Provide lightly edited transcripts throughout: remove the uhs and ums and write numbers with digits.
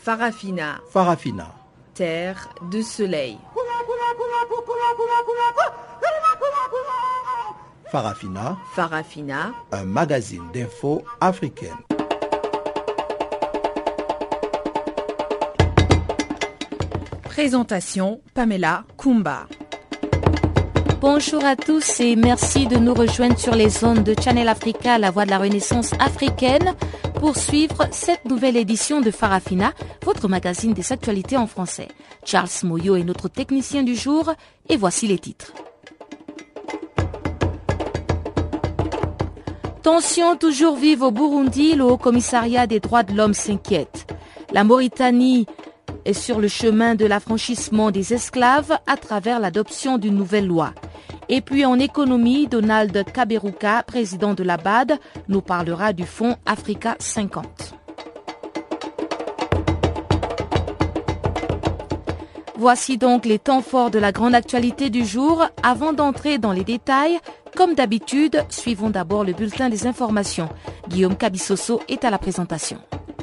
Farafina. Farafina. Terre de soleil. Farafina. Farafina. Un magazine d'infos africaine. Présentation Pamela Kumba. Bonjour à tous et merci de nous rejoindre sur les ondes de Channel Africa, la voix de la Renaissance africaine, pour suivre cette nouvelle édition de Farafina, votre magazine des actualités en français. Charles Moyo est notre technicien du jour et voici les titres. Tension toujours vive au Burundi, le Haut-Commissariat des droits de l'homme s'inquiète. La Mauritanie est sur le chemin de l'affranchissement des esclaves à travers l'adoption d'une nouvelle loi. Et puis en économie, Donald Kaberuka, président de la BAD, nous parlera du fonds Africa 50. Voici donc les temps forts de la grande actualité du jour. Avant d'entrer dans les détails, comme d'habitude, suivons d'abord le bulletin des informations. Guillaume Kabissoso est à la présentation.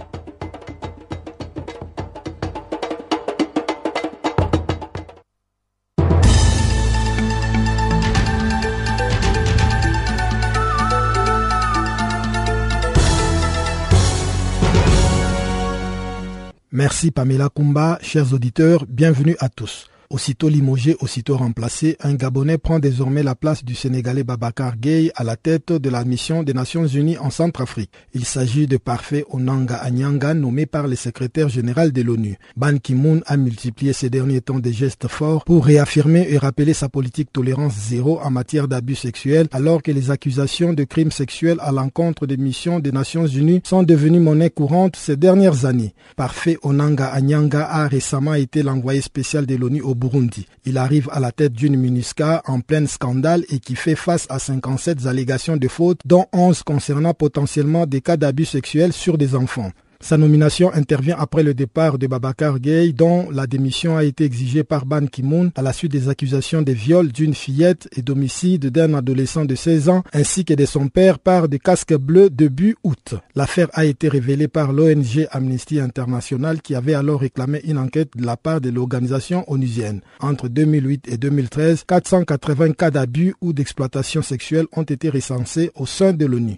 Merci Pamela Kumba, chers auditeurs, bienvenue à tous. Aussitôt limogé, aussitôt remplacé, un Gabonais prend désormais la place du Sénégalais Babacar Gueye à la tête de la mission des Nations Unies en Centrafrique. Il s'agit de Parfait Onanga Anyanga, nommé par le secrétaire général de l'ONU. Ban Ki-moon a multiplié ces derniers temps des gestes forts pour réaffirmer et rappeler sa politique tolérance zéro en matière d'abus sexuels, alors que les accusations de crimes sexuels à l'encontre des missions des Nations Unies sont devenues monnaie courante ces dernières années. Parfait Onanga Anyanga a récemment été l'envoyé spécial de l'ONU au Burundi. Il arrive à la tête d'une MINUSCA en plein scandale et qui fait face à 57 allégations de fautes, dont 11 concernant potentiellement des cas d'abus sexuels sur des enfants. Sa nomination intervient après le départ de Babacar Gueye, dont la démission a été exigée par Ban Ki-moon à la suite des accusations de viol d'une fillette et d'homicide d'un adolescent de 16 ans, ainsi que de son père par des casques bleus début août. L'affaire a été révélée par l'ONG Amnesty International qui avait alors réclamé une enquête de la part de l'organisation onusienne. Entre 2008 et 2013, 480 cas d'abus ou d'exploitation sexuelle ont été recensés au sein de l'ONU.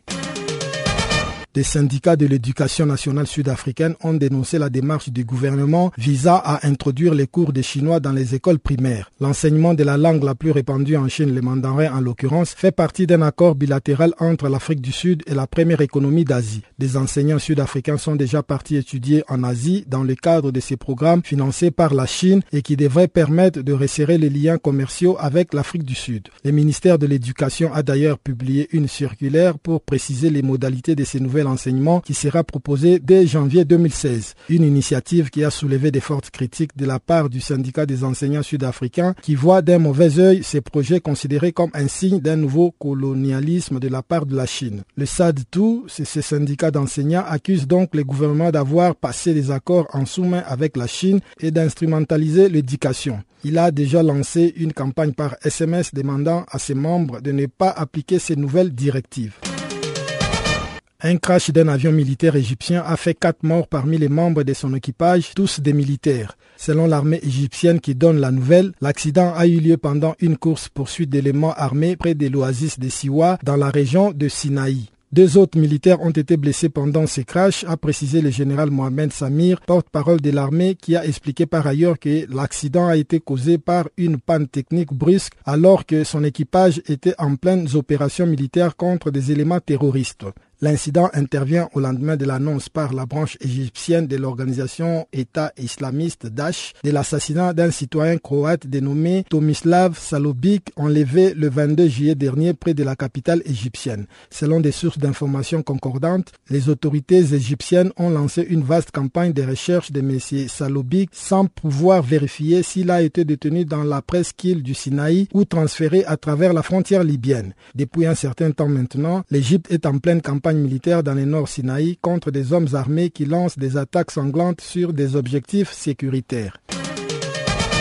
Des syndicats de l'éducation nationale sud-africaine ont dénoncé la démarche du gouvernement visant à introduire les cours de chinois dans les écoles primaires. L'enseignement de la langue la plus répandue en Chine, le mandarin en l'occurrence, fait partie d'un accord bilatéral entre l'Afrique du Sud et la première économie d'Asie. Des enseignants sud-africains sont déjà partis étudier en Asie dans le cadre de ces programmes financés par la Chine et qui devraient permettre de resserrer les liens commerciaux avec l'Afrique du Sud. Le ministère de l'Éducation a d'ailleurs publié une circulaire pour préciser les modalités de ces nouvelles enseignement qui sera proposé dès janvier 2016. Une initiative qui a soulevé des fortes critiques de la part du syndicat des enseignants sud-africains qui voit d'un mauvais œil ces projets considérés comme un signe d'un nouveau colonialisme de la part de la Chine. Le SADTU, ces syndicats d'enseignants, accusent donc le gouvernement d'avoir passé des accords en sous-main avec la Chine et d'instrumentaliser l'éducation. Il a déjà lancé une campagne par SMS demandant à ses membres de ne pas appliquer ces nouvelles directives. Un crash d'un avion militaire égyptien a fait 4 morts parmi les membres de son équipage, tous des militaires. Selon l'armée égyptienne qui donne la nouvelle, l'accident a eu lieu pendant une course-poursuite d'éléments armés près de l'oasis de Siwa dans la région de Sinaï. 2 autres militaires ont été blessés pendant ces crashs, a précisé le général Mohamed Samir, porte-parole de l'armée, qui a expliqué par ailleurs que l'accident a été causé par une panne technique brusque alors que son équipage était en pleines opérations militaires contre des éléments terroristes. L'incident intervient au lendemain de l'annonce par la branche égyptienne de l'organisation État islamiste Daesh de l'assassinat d'un citoyen croate dénommé Tomislav Salobic, enlevé le 22 juillet dernier près de la capitale égyptienne. Selon des sources d'informations concordantes, les autorités égyptiennes ont lancé une vaste campagne de recherche de M. Salobic sans pouvoir vérifier s'il a été détenu dans la presqu'île du Sinaï ou transféré à travers la frontière libyenne. Depuis un certain temps maintenant, l'Égypte est en pleine campagne militaire dans le nord Sinaï contre des hommes armés qui lancent des attaques sanglantes sur des objectifs sécuritaires.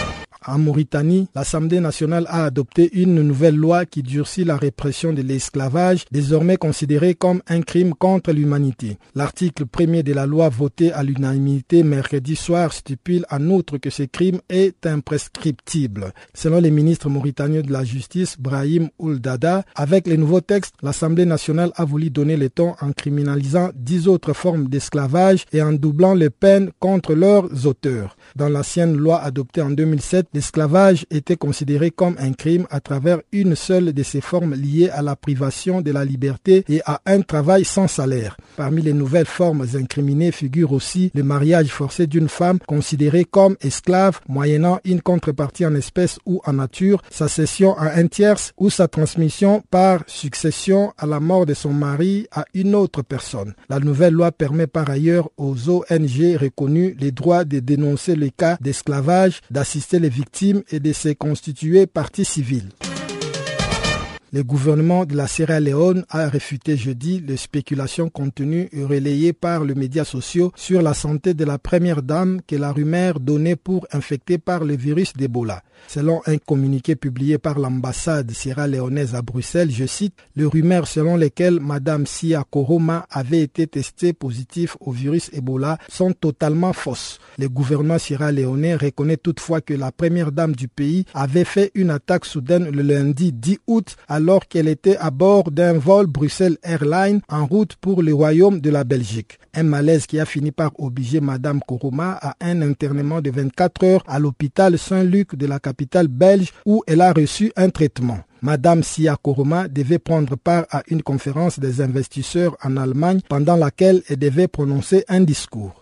En Mauritanie, l'Assemblée nationale a adopté une nouvelle loi qui durcit la répression de l'esclavage, désormais considéré comme un crime contre l'humanité. L'article 1er de la loi votée à l'unanimité mercredi soir stipule en outre que ce crime est imprescriptible. Selon les ministres mauritaniens de la Justice, Brahim Ould Daddah, avec les nouveaux textes, l'Assemblée nationale a voulu donner le ton en criminalisant 10 autres formes d'esclavage et en doublant les peines contre leurs auteurs. Dans l'ancienne loi adoptée en 2007, l'esclavage était considéré comme un crime à travers une seule de ses formes liées à la privation de la liberté et à un travail sans salaire. Parmi les nouvelles formes incriminées figure aussi le mariage forcé d'une femme considérée comme esclave, moyennant une contrepartie en espèces ou en nature, sa cession à un tierce ou sa transmission par succession à la mort de son mari à une autre personne. La nouvelle loi permet par ailleurs aux ONG reconnues les droits de dénoncer les cas d'esclavage, d'assister les victimes et de se constituer partie civile. Le gouvernement de la Sierra Leone a réfuté jeudi les spéculations contenues et relayées par les médias sociaux sur la santé de la première dame que la rumeur donnait pour infectée par le virus d'Ebola. Selon un communiqué publié par l'ambassade sierra-léonaise à Bruxelles, je cite, « Les rumeurs selon lesquelles Mme Sia Koroma avait été testée positive au virus Ebola sont totalement fausses. Le gouvernement sierra-léonais reconnaît toutefois que la première dame du pays avait fait une attaque soudaine le lundi 10 août alors qu'elle était à bord d'un vol Bruxelles Airlines en route pour le royaume de la Belgique. Un malaise qui a fini par obliger Mme Koroma à un internement de 24 heures à l'hôpital Saint-Luc de la capitale belge où elle a reçu un traitement. Mme Sia Koroma devait prendre part à une conférence des investisseurs en Allemagne pendant laquelle elle devait prononcer un discours.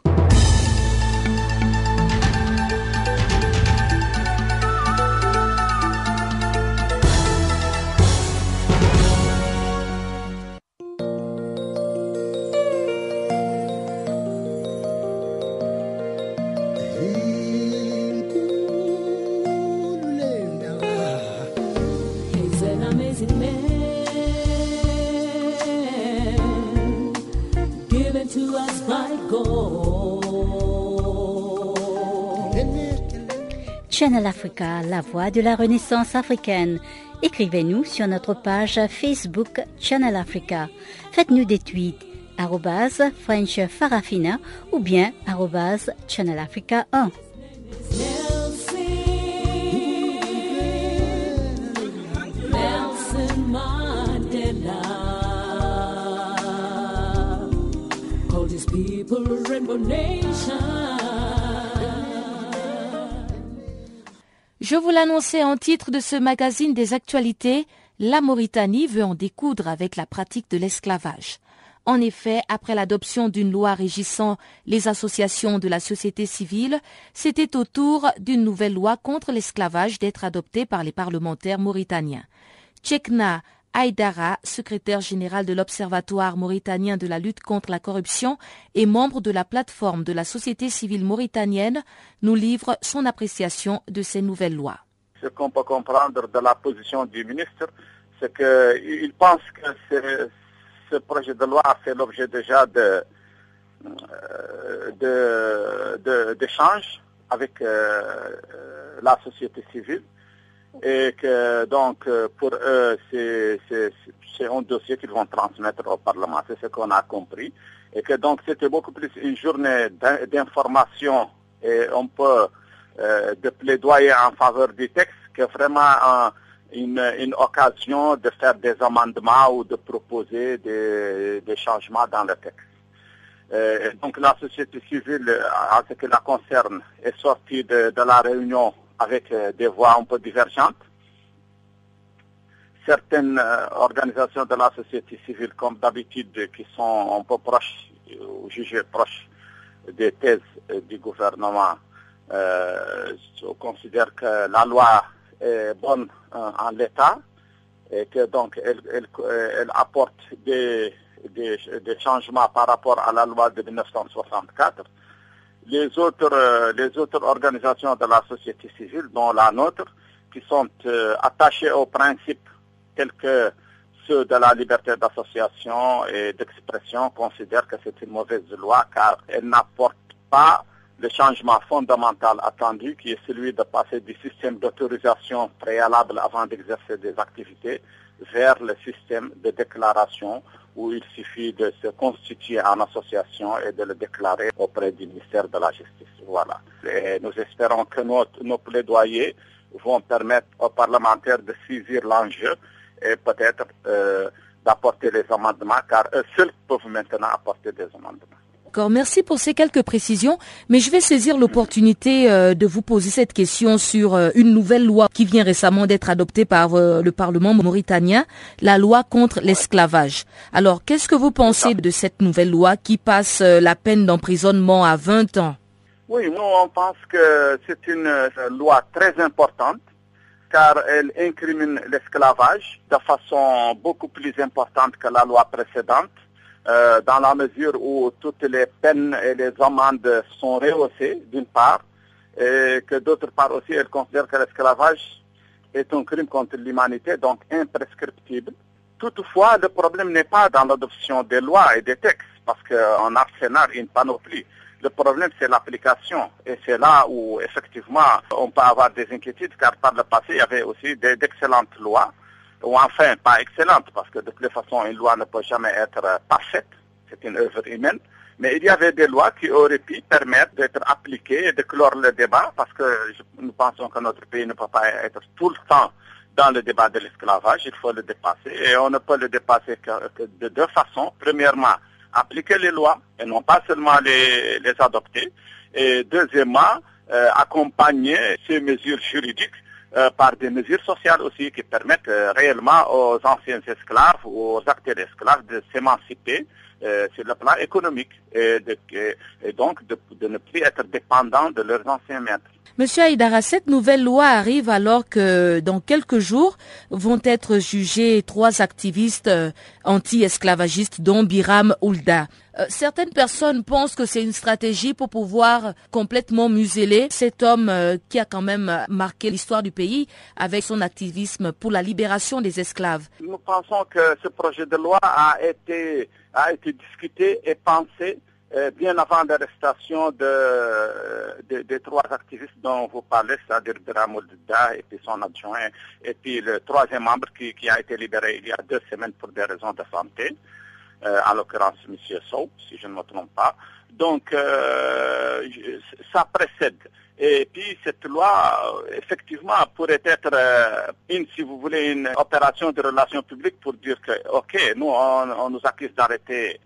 Channel Africa, la voix de la Renaissance africaine. Écrivez-nous sur notre page Facebook Channel Africa. Faites-nous des tweets @French Farafina ou bien @Channel Africa 1. Je vous l'annonçais en titre de ce magazine des actualités, la Mauritanie veut en découdre avec la pratique de l'esclavage. En effet, après l'adoption d'une loi régissant les associations de la société civile, c'était au tour d'une nouvelle loi contre l'esclavage d'être adoptée par les parlementaires mauritaniens. Tchekna Aïdara, secrétaire général de l'Observatoire mauritanien de la lutte contre la corruption et membre de la plateforme de la société civile mauritanienne, nous livre son appréciation de ces nouvelles lois. Ce qu'on peut comprendre de la position du ministre, c'est qu'il pense que ce projet de loi a fait l'objet déjà d'échanges avec la société civile. Et que donc pour eux c'est un dossier qu'ils vont transmettre au Parlement, c'est ce qu'on a compris, et que donc c'était beaucoup plus une journée d'information et un peu de plaidoyer en faveur du texte que vraiment une occasion de faire des amendements ou de proposer des changements dans le texte. Donc la société civile, en ce qui la concerne, est sortie de la réunion avec des voix un peu divergentes. Certaines organisations de la société civile, comme d'habitude, qui sont un peu proches, ou jugées proches des thèses du gouvernement, considèrent que la loi est bonne en l'état et que donc elle apporte des changements par rapport à la loi de 1964. Les autres organisations de la société civile, dont la nôtre, qui sont attachées aux principes tels que ceux de la liberté d'association et d'expression, considèrent que c'est une mauvaise loi car elle n'apporte pas le changement fondamental attendu, qui est celui de passer du système d'autorisation préalable avant d'exercer des activités vers le système de déclaration où il suffit de se constituer en association et de le déclarer auprès du ministère de la Justice. Voilà. Et nous espérons que nos plaidoyers vont permettre aux parlementaires de saisir l'enjeu et peut-être d'apporter les amendements, car eux seuls peuvent maintenant apporter des amendements. D'accord, merci pour ces quelques précisions, mais je vais saisir l'opportunité de vous poser cette question sur une nouvelle loi qui vient récemment d'être adoptée par le Parlement mauritanien, la loi contre l'esclavage. Alors, qu'est-ce que vous pensez de cette nouvelle loi qui passe la peine d'emprisonnement à 20 ans? Oui, nous on pense que c'est une loi très importante car elle incrimine l'esclavage de façon beaucoup plus importante que la loi précédente. Dans la mesure où toutes les peines et les amendes sont rehaussées, d'une part, et que d'autre part aussi, elle considère que l'esclavage est un crime contre l'humanité, donc imprescriptible. Toutefois, le problème n'est pas dans l'adoption des lois et des textes, parce qu'en arsenal, une panoplie. Le problème, c'est l'application. Et c'est là où, effectivement, on peut avoir des inquiétudes, car par le passé, il y avait aussi d'excellentes lois, ou enfin pas excellente, parce que de toute façon une loi ne peut jamais être parfaite, c'est une œuvre humaine, mais il y avait des lois qui auraient pu permettre d'être appliquées et de clore le débat, parce que nous pensons que notre pays ne peut pas être tout le temps dans le débat de l'esclavage, il faut le dépasser, et on ne peut le dépasser que de deux façons. Premièrement, appliquer les lois, et non pas seulement les adopter, et deuxièmement, accompagner ces mesures juridiques par des mesures sociales aussi qui permettent réellement aux anciens esclaves ou aux acteurs esclaves de s'émanciper sur le plan économique et donc de ne plus être dépendants de leurs anciens maîtres. Monsieur Aïdara, cette nouvelle loi arrive alors que dans quelques jours vont être jugés 3 activistes anti-esclavagistes dont Biram Oulda. Certaines personnes pensent que c'est une stratégie pour pouvoir complètement museler cet homme qui a quand même marqué l'histoire du pays avec son activisme pour la libération des esclaves. Nous pensons que ce projet de loi a été discuté et pensé bien avant l'arrestation des 3 activistes dont vous parlez, c'est-à-dire Biram Oulda et puis son adjoint, et puis le 3e membre qui a été libéré il y a 2 semaines pour des raisons de santé. En l'occurrence M. Sow, si je ne me trompe pas. Donc, ça précède. Et puis, cette loi, effectivement, pourrait être si vous voulez, une opération de relations publiques pour dire que, OK, nous, on nous accuse d'arrêter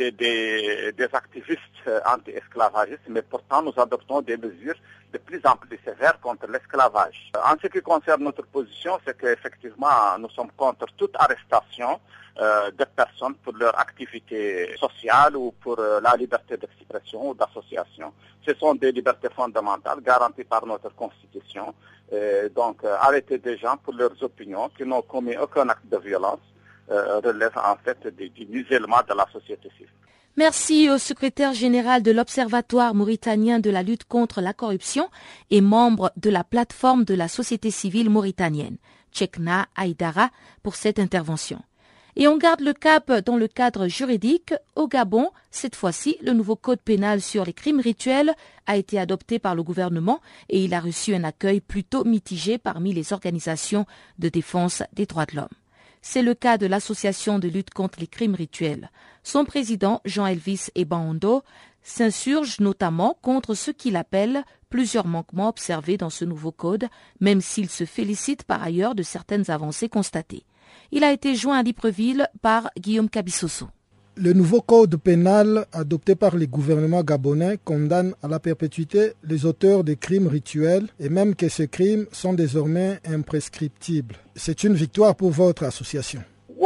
des activistes anti-esclavagistes, mais pourtant, nous adoptons des mesures de plus en plus sévères contre l'esclavage. En ce qui concerne notre position, c'est qu'effectivement, nous sommes contre toute arrestation de personnes pour leur activité sociale ou pour la liberté d'expression ou d'association. Ce sont des libertés fondamentales garanties par notre Constitution. Donc, arrêter des gens pour leurs opinions qui n'ont commis aucun acte de violence relève en fait du musellement de la société civile. Merci au secrétaire général de l'Observatoire mauritanien de la lutte contre la corruption et membre de la plateforme de la société civile mauritanienne, Tchekna Aïdara, pour cette intervention. Et on garde le cap dans le cadre juridique. Au Gabon, cette fois-ci, le nouveau code pénal sur les crimes rituels a été adopté par le gouvernement et il a reçu un accueil plutôt mitigé parmi les organisations de défense des droits de l'homme. C'est le cas de l'association de lutte contre les crimes rituels. Son président, Jean-Elvis Ebaondo, s'insurge notamment contre ce qu'il appelle plusieurs manquements observés dans ce nouveau code, même s'il se félicite par ailleurs de certaines avancées constatées. Il a été joint à Libreville par Guillaume Cabissoso. Le nouveau code pénal adopté par les gouvernements gabonais condamne à la perpétuité les auteurs des crimes rituels et même que ces crimes sont désormais imprescriptibles. C'est une victoire pour votre association.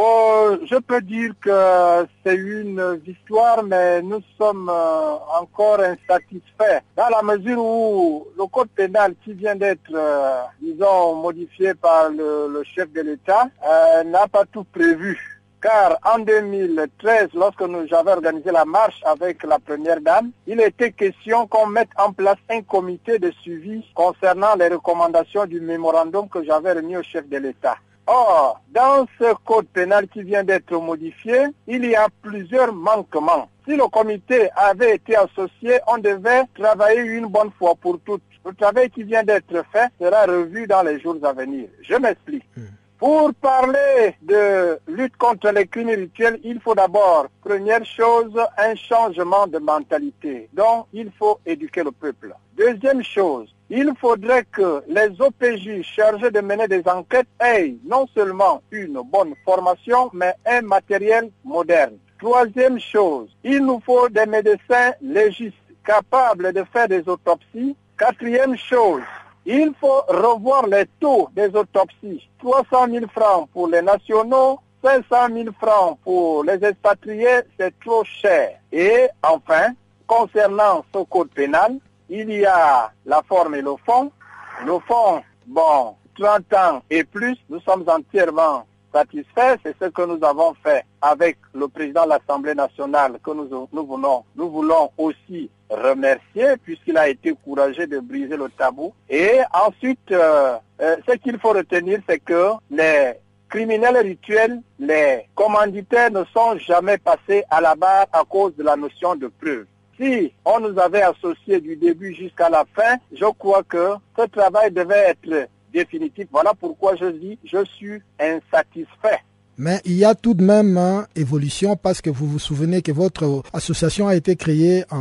Je peux dire que c'est une victoire, mais nous sommes encore insatisfaits dans la mesure où le code pénal qui vient d'être, modifié par le chef de l'État, n'a pas tout prévu. Car en 2013, lorsque j'avais organisé la marche avec la première dame, il était question qu'on mette en place un comité de suivi concernant les recommandations du mémorandum que j'avais remis au chef de l'État. Or, dans ce code pénal qui vient d'être modifié, il y a plusieurs manquements. Si le comité avait été associé, on devait travailler une bonne fois pour toutes. Le travail qui vient d'être fait sera revu dans les jours à venir. Je m'explique. Pour parler de lutte contre les crimes rituels, il faut d'abord, première chose, un changement de mentalité. Donc, il faut éduquer le peuple. Deuxième chose, il faudrait que les OPJ chargés de mener des enquêtes aient non seulement une bonne formation, mais un matériel moderne. Troisième chose, il nous faut des médecins légistes capables de faire des autopsies. Quatrième chose, il faut revoir les taux des autopsies. 300 000 francs pour les nationaux, 500 000 francs pour les expatriés, c'est trop cher. Et enfin, concernant ce code pénal, il y a la forme et le fond. Le fond, 30 ans et plus, nous sommes entièrement satisfaits. C'est ce que nous avons fait avec le président de l'Assemblée nationale que nous voulons aussi remercier puisqu'il a été courageux de briser le tabou. Et ensuite, ce qu'il faut retenir, c'est que les criminels rituels, les commanditaires ne sont jamais passés à la barre à cause de la notion de preuve. Si on nous avait associés du début jusqu'à la fin, je crois que ce travail devait être définitif. Voilà pourquoi je dis je suis insatisfait. Mais il y a tout de même évolution parce que vous vous souvenez que votre association a été créée en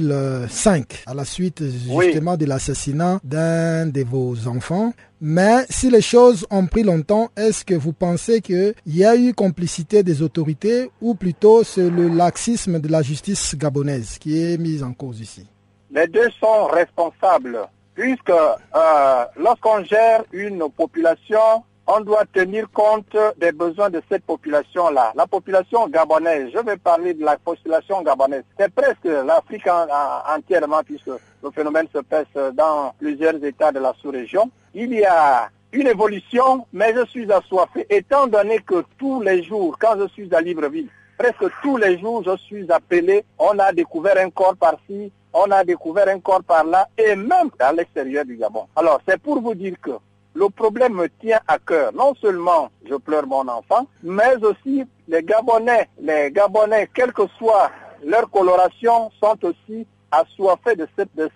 2005 à la suite justement de l'assassinat d'un de vos enfants. Mais si les choses ont pris longtemps, est-ce que vous pensez qu'il y a eu complicité des autorités ou plutôt c'est le laxisme de la justice gabonaise qui est mis en cause ici? Les deux sont responsables puisque lorsqu'on gère une population, on doit tenir compte des besoins de cette population-là. La population gabonaise, je vais parler de la population gabonaise. C'est presque l'Afrique entièrement puisque le phénomène se passe dans plusieurs États de la sous-région. Il y a une évolution, mais je suis assoiffé. Étant donné que tous les jours, quand je suis à Libreville, presque tous les jours, je suis appelé, on a découvert un corps par-ci, on a découvert un corps par-là, et même à l'extérieur du Gabon. Alors, c'est pour vous dire que le problème me tient à cœur. Non seulement je pleure mon enfant, mais aussi les Gabonais, quelle que soit leur coloration, sont aussi assoiffés de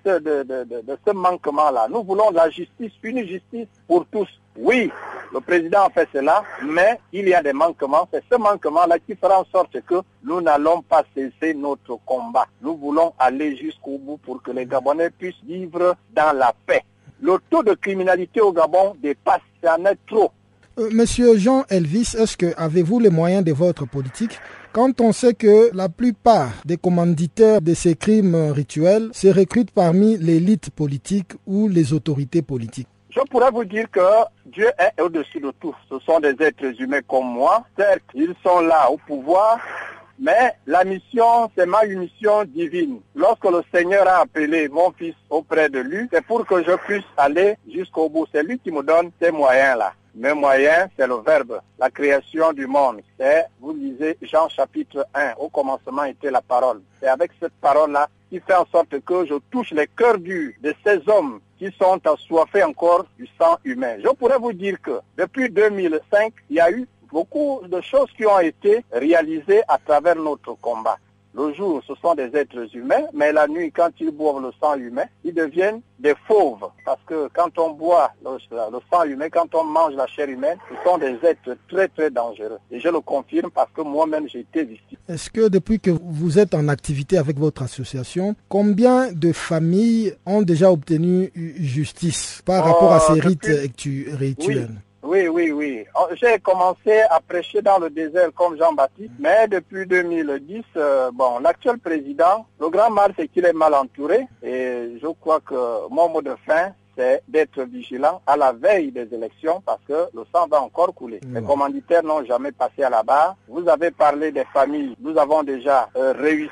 ce manquement-là. Nous voulons la justice, une justice pour tous. Oui, le président a fait cela, mais il y a des manquements. C'est ce manquement-là qui fera en sorte que nous n'allons pas cesser notre combat. Nous voulons aller jusqu'au bout pour que les Gabonais puissent vivre dans la paix. Le taux de criminalité au Gabon dépasse, ça en est trop. Monsieur Jean Elvis, est-ce que avez-vous les moyens de votre politique quand on sait que la plupart des commanditaires de ces crimes rituels se recrutent parmi l'élite politique ou les autorités politiques? Je pourrais vous dire que Dieu est au-dessus de tout. Ce sont des êtres humains comme moi. Certes, ils sont là au pouvoir, mais la mission, c'est une mission divine. Lorsque le Seigneur a appelé mon fils auprès de lui, c'est pour que je puisse aller jusqu'au bout. C'est lui qui me donne ces moyens-là. Mes moyens, c'est le Verbe, la création du monde. C'est, vous lisez Jean chapitre 1, au commencement était la parole. C'est avec cette parole-là qui fait en sorte que je touche les cœurs durs de ces hommes qui sont assoiffés encore du sang humain. Je pourrais vous dire que depuis 2005, il y a eu beaucoup de choses qui ont été réalisées à travers notre combat. Le jour, ce sont des êtres humains, mais la nuit, quand ils boivent le sang humain, ils deviennent des fauves. Parce que quand on boit le sang humain, quand on mange la chair humaine, ce sont des êtres très très dangereux. Et je le confirme parce que moi-même j'ai été victime. Est-ce que depuis que vous êtes en activité avec votre association, combien de familles ont déjà obtenu justice par rapport à ces rites rituels? Oui. J'ai commencé à prêcher dans le désert comme Jean-Baptiste, mais depuis 2010, l'actuel président, le grand mal, c'est qu'il est mal entouré. Et je crois que mon mot de fin, c'est d'être vigilant à la veille des élections parce que le sang va encore couler. Les commanditaires n'ont jamais passé à la barre. Vous avez parlé des familles. Nous avons déjà réussi,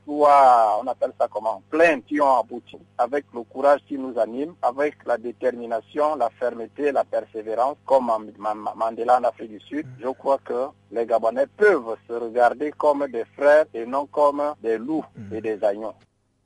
on appelle ça comment, plaintes qui ont abouti avec le courage qui nous anime, avec la détermination, la fermeté, la persévérance, comme Mandela en Afrique du Sud. Je crois que les Gabonais peuvent se regarder comme des frères et non comme des loups et des agneaux.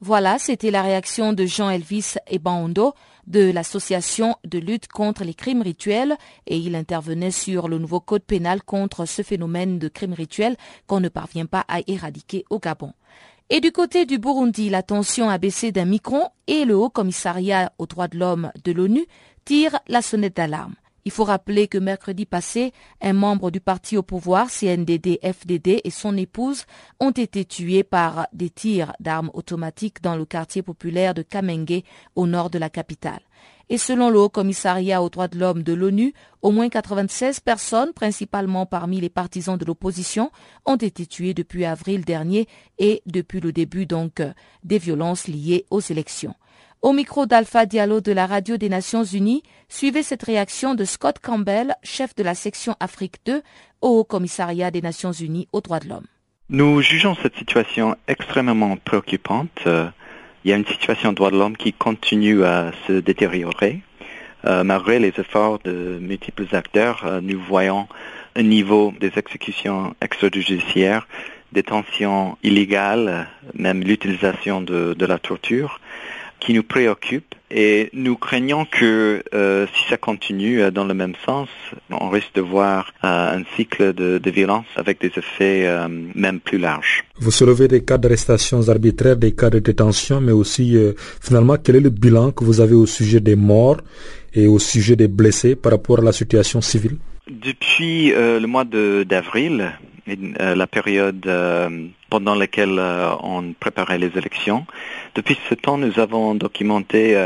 Voilà, c'était la réaction de Jean-Elvis Ebaondo de l'association de lutte contre les crimes rituels et il intervenait sur le nouveau code pénal contre ce phénomène de crimes rituels qu'on ne parvient pas à éradiquer au Gabon. Et du côté du Burundi, la tension a baissé d'un micron et le Haut Commissariat aux droits de l'homme de l'ONU tire la sonnette d'alarme. Il faut rappeler que mercredi passé, un membre du parti au pouvoir, CNDD-FDD, et son épouse ont été tués par des tirs d'armes automatiques dans le quartier populaire de Kamenge, au nord de la capitale. Et selon le Haut Commissariat aux droits de l'homme de l'ONU, au moins 96 personnes, principalement parmi les partisans de l'opposition, ont été tuées depuis avril dernier et depuis le début des violences liées aux élections. Au micro d'Alpha Diallo de la Radio des Nations Unies, suivez cette réaction de Scott Campbell, chef de la section Afrique 2 au Haut Commissariat des Nations Unies aux droits de l'homme. Nous jugeons cette situation extrêmement préoccupante. Il y a une situation de droits de l'homme qui continue à se détériorer. Malgré les efforts de multiples acteurs, nous voyons un niveau des exécutions extrajudiciaires, détention illégale, même l'utilisation de la torture, qui nous préoccupe et nous craignons que si ça continue dans le même sens, on risque de voir un cycle de violence avec des effets même plus larges. Vous soulevez des cas d'arrestations arbitraires, des cas de détention, mais aussi finalement quel est le bilan que vous avez au sujet des morts et au sujet des blessés par rapport à la situation civile? Depuis le mois d'avril, la période pendant laquelle on préparait les élections, depuis ce temps, nous avons documenté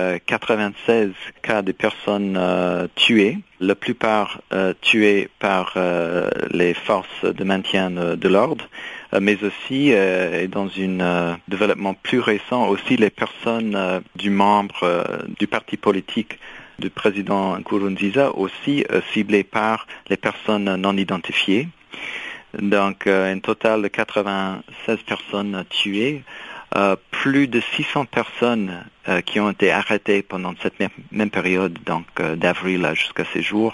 96 cas de personnes tuées, la plupart tuées par les forces de maintien de l'ordre, mais aussi, et dans un développement plus récent, aussi les personnes du membre du parti politique du président Nkurunziza, aussi ciblées par les personnes non identifiées. Donc, un total de 96 personnes tuées, plus de 600 personnes qui ont été arrêtées pendant cette même période, donc d'avril jusqu'à ces jours.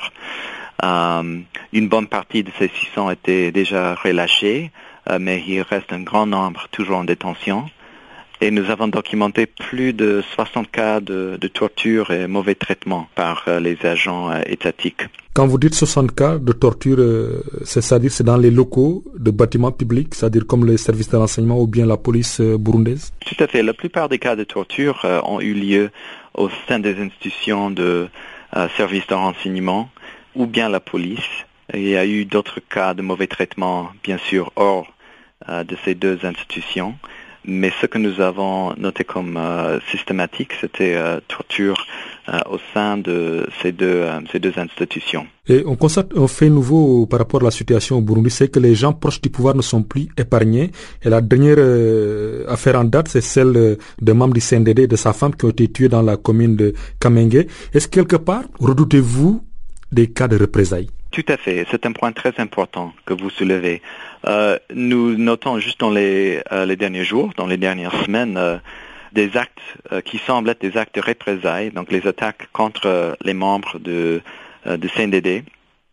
Une bonne partie de ces 600 étaient déjà relâchées, mais il reste un grand nombre toujours en détention. Et nous avons documenté plus de 60 cas de torture et mauvais traitement par les agents étatiques. Quand vous dites 60 cas de torture, c'est-à-dire c'est dans les locaux de bâtiments publics, c'est-à-dire comme les services de renseignement ou bien la police burundaise? Tout à fait. La plupart des cas de torture ont eu lieu au sein des institutions de services de renseignement ou bien la police. Il y a eu d'autres cas de mauvais traitement, bien sûr, hors de ces deux institutions. Mais ce que nous avons noté comme systématique, c'était torture au sein de ces deux institutions. Et on constate un fait nouveau par rapport à la situation au Burundi, c'est que les gens proches du pouvoir ne sont plus épargnés. Et la dernière affaire en date, c'est celle de membres du CNDD et de sa femme qui ont été tués dans la commune de Kamenge. Est-ce que quelque part, redoutez-vous des cas de représailles? Tout à fait. C'est un point très important que vous soulevez. Nous notons juste dans les derniers jours, dans les dernières semaines, des actes qui semblent être des actes de représailles, donc les attaques contre les membres de CNDD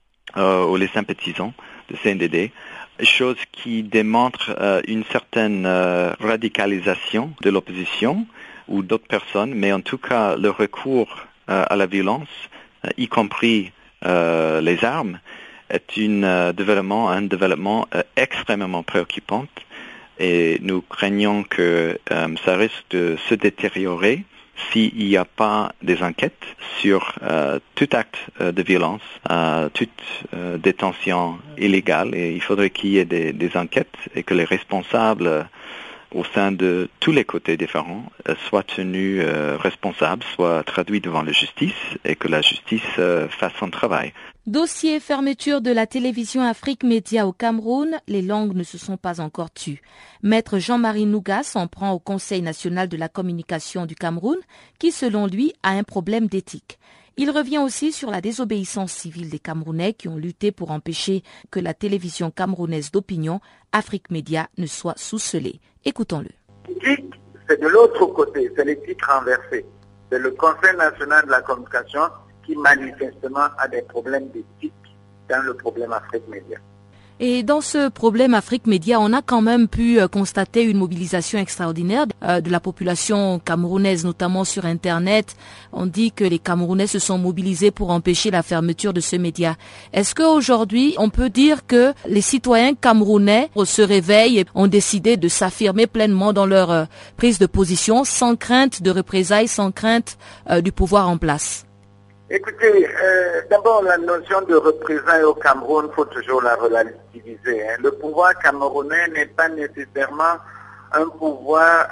ou les sympathisants de CNDD, chose qui démontre une certaine radicalisation de l'opposition ou d'autres personnes, mais en tout cas le recours à la violence, y compris les armes, est un développement extrêmement préoccupant et nous craignons que ça risque de se détériorer s'il n'y a pas des enquêtes sur tout acte de violence, toute détention illégale. Et il faudrait qu'il y ait des enquêtes et que les responsables au sein de tous les côtés différents soient tenus responsables, soient traduits devant la justice et que la justice fasse son travail. Dossier fermeture de la télévision Afrique Média au Cameroun, les langues ne se sont pas encore tues. Maître Jean-Marie Nougat s'en prend au Conseil national de la communication du Cameroun, qui selon lui a un problème d'éthique. Il revient aussi sur la désobéissance civile des Camerounais qui ont lutté pour empêcher que la télévision camerounaise d'opinion, Afrique Média, ne soit sous-scellée. Écoutons-le. L'éthique, c'est de l'autre côté, c'est l'éthique renversée. C'est le Conseil national de la communication qui manifestement a des problèmes d'éthique dans le problème Afrique Média. Et dans ce problème Afrique Média, on a quand même pu constater une mobilisation extraordinaire de la population camerounaise, notamment sur Internet. On dit que les Camerounais se sont mobilisés pour empêcher la fermeture de ce média. Est-ce qu'aujourd'hui, on peut dire que les citoyens camerounais se réveillent et ont décidé de s'affirmer pleinement dans leur prise de position, sans crainte de représailles, sans crainte du pouvoir en place? Écoutez, d'abord la notion de représailles au Cameroun, il faut toujours la relativiser. Le pouvoir camerounais n'est pas nécessairement un pouvoir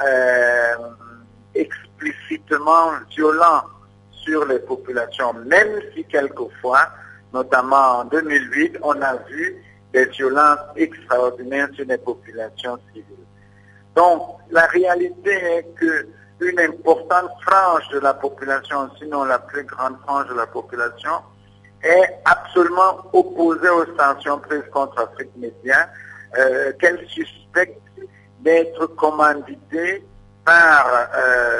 explicitement violent sur les populations, même si quelquefois, notamment en 2008, on a vu des violences extraordinaires sur les populations civiles. Donc, la réalité est que une importante frange de la population, sinon la plus grande frange de la population, est absolument opposée aux sanctions prises contre Afrique Média, qu'elle suspecte d'être commanditée par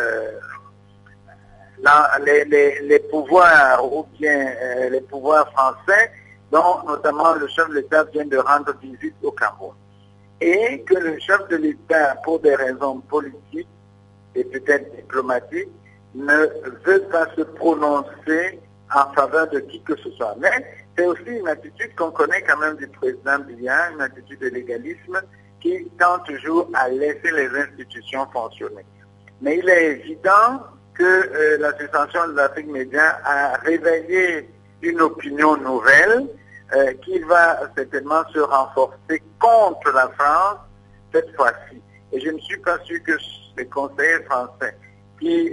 les pouvoirs ou bien les pouvoirs français, dont notamment le chef de l'État vient de rendre visite au Cameroun. Et que le chef de l'État, pour des raisons politiques, et peut-être diplomatique, ne veut pas se prononcer en faveur de qui que ce soit. Mais c'est aussi une attitude qu'on connaît quand même du président Biya, une attitude de légalisme qui tend toujours à laisser les institutions fonctionner. Mais il est évident que la suspension de l'Afrique Média a réveillé une opinion nouvelle qui va certainement se renforcer contre la France cette fois-ci. Et je ne suis pas sûr que les conseillers français qui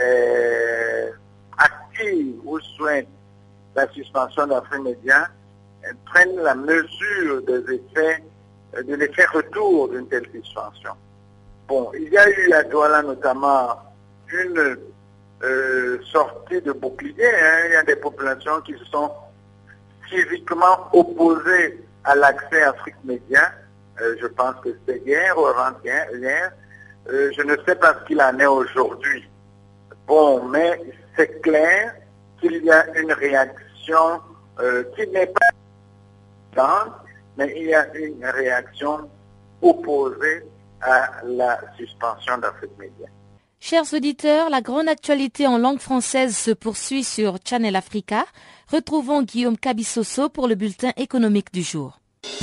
activent ou souhaitent la suspension d'Afrique Média prennent la mesure des effets, de l'effet retour d'une telle suspension. Bon, il y a eu à Douala notamment une sortie de bouclier. Il y a des populations qui se sont physiquement opposées à l'accès à Afrique Média. Je pense que c'était hier ou avant-hier. Je ne sais pas ce qu'il en est aujourd'hui. Bon, mais c'est clair qu'il y a une réaction qui n'est pas grande, mais il y a une réaction opposée à la suspension d'Afrique Média. Chers auditeurs, la grande actualité en langue française se poursuit sur Channel Africa. Retrouvons Guillaume Kabissoso pour le bulletin économique du jour.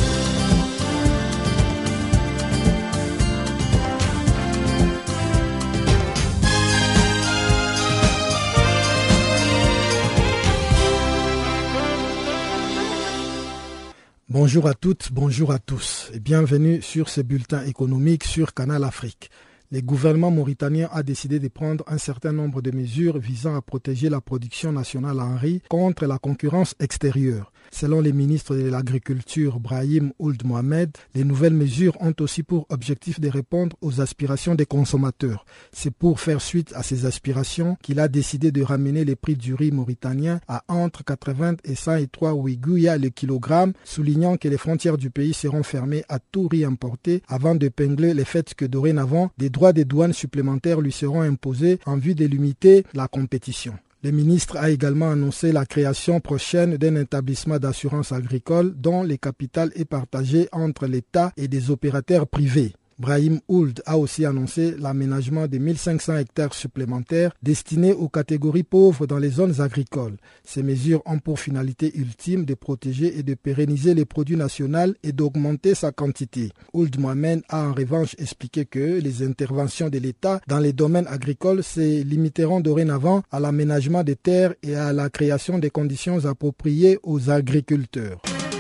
Bonjour à toutes, bonjour à tous et bienvenue sur ce bulletin économique sur Canal Afrique. Le gouvernement mauritanien a décidé de prendre un certain nombre de mesures visant à protéger la production nationale en riz contre la concurrence extérieure. Selon les ministres de l'Agriculture Brahim Ould Mohamed, les nouvelles mesures ont aussi pour objectif de répondre aux aspirations des consommateurs. C'est pour faire suite à ces aspirations qu'il a décidé de ramener les prix du riz mauritanien à entre 80 et 103 ouïgouïa le kilogramme, soulignant que les frontières du pays seront fermées à tout riz importé avant d'épingler le fait que dorénavant, des droits de douane supplémentaires lui seront imposés en vue de limiter la compétition. Le ministre a également annoncé la création prochaine d'un établissement d'assurance agricole dont le capital est partagé entre l'État et des opérateurs privés. Brahim Ould a aussi annoncé l'aménagement de 1500 hectares supplémentaires destinés aux catégories pauvres dans les zones agricoles. Ces mesures ont pour finalité ultime de protéger et de pérenniser les produits nationaux et d'augmenter sa quantité. Ould Mohamed a en revanche expliqué que les interventions de l'État dans les domaines agricoles se limiteront dorénavant à l'aménagement des terres et à la création des conditions appropriées aux agriculteurs.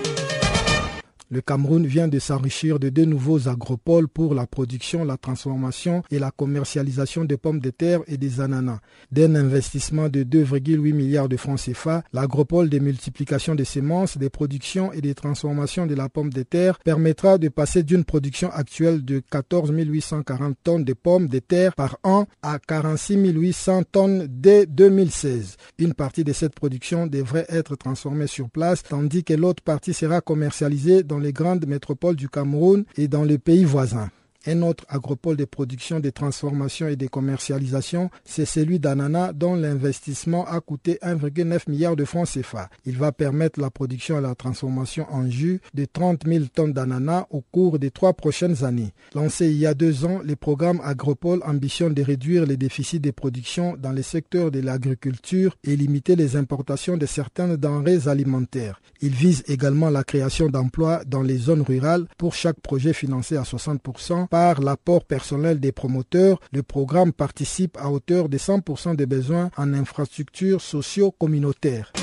Le Cameroun vient de s'enrichir de 2 nouveaux agropoles pour la production, la transformation et la commercialisation des pommes de terre et des ananas. D'un investissement de 2,8 milliards de francs CFA, l'agropole de multiplication des semences, des productions et des transformations de la pomme de terre permettra de passer d'une production actuelle de 14 840 tonnes de pommes de terre par an à 46 800 tonnes dès 2016. Une partie de cette production devrait être transformée sur place, tandis que l'autre partie sera commercialisée dans les grandes métropoles du Cameroun et dans les pays voisins. Un autre agropole de production, de transformation et de commercialisation, c'est celui d'ananas dont l'investissement a coûté 1,9 milliard de francs CFA. Il va permettre la production et la transformation en jus de 30 000 tonnes d'ananas au cours des 3 prochaines années. Lancé il y a 2 ans, le programme Agropole ambitionne de réduire les déficits de production dans les secteurs de l'agriculture et limiter les importations de certaines denrées alimentaires. Il vise également la création d'emplois dans les zones rurales pour chaque projet financé à 60% par l'apport personnel des promoteurs. Le programme participe à hauteur de 100% des besoins en infrastructures socio-communautaires.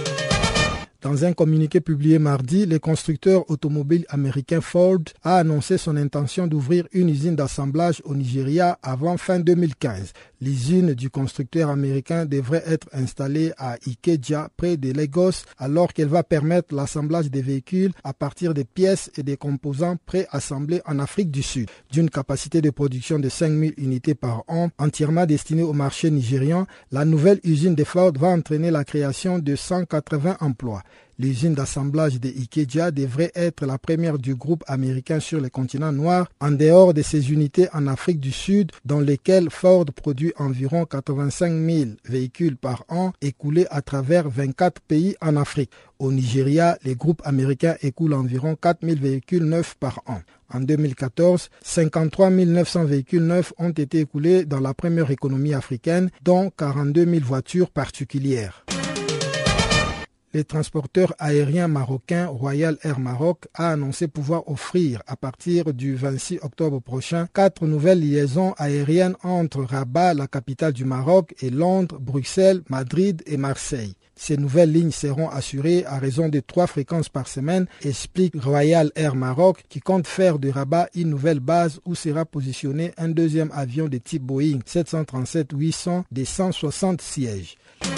Dans un communiqué publié mardi, le constructeur automobile américain Ford a annoncé son intention d'ouvrir une usine d'assemblage au Nigeria avant fin 2015. L'usine du constructeur américain devrait être installée à Ikeja, près de Lagos, alors qu'elle va permettre l'assemblage des véhicules à partir des pièces et des composants pré-assemblés en Afrique du Sud. D'une capacité de production de 5000 unités par an, entièrement destinée au marché nigérian, la nouvelle usine de Ford va entraîner la création de 180 emplois. L'usine d'assemblage de Ikeja devrait être la première du groupe américain sur le continent noir, en dehors de ses unités en Afrique du Sud, dans lesquelles Ford produit environ 85 000 véhicules par an écoulés à travers 24 pays en Afrique. Au Nigeria, les groupes américains écoulent environ 4 000 véhicules neufs par an. En 2014, 53 900 véhicules neufs ont été écoulés dans la première économie africaine, dont 42 000 voitures particulières. Le transporteur aérien marocain Royal Air Maroc a annoncé pouvoir offrir à partir du 26 octobre prochain 4 nouvelles liaisons aériennes entre Rabat, la capitale du Maroc, et Londres, Bruxelles, Madrid et Marseille. Ces nouvelles lignes seront assurées à raison de 3 fréquences par semaine, explique Royal Air Maroc, qui compte faire de Rabat une nouvelle base où sera positionné un deuxième avion de type Boeing 737-800 de 160 sièges.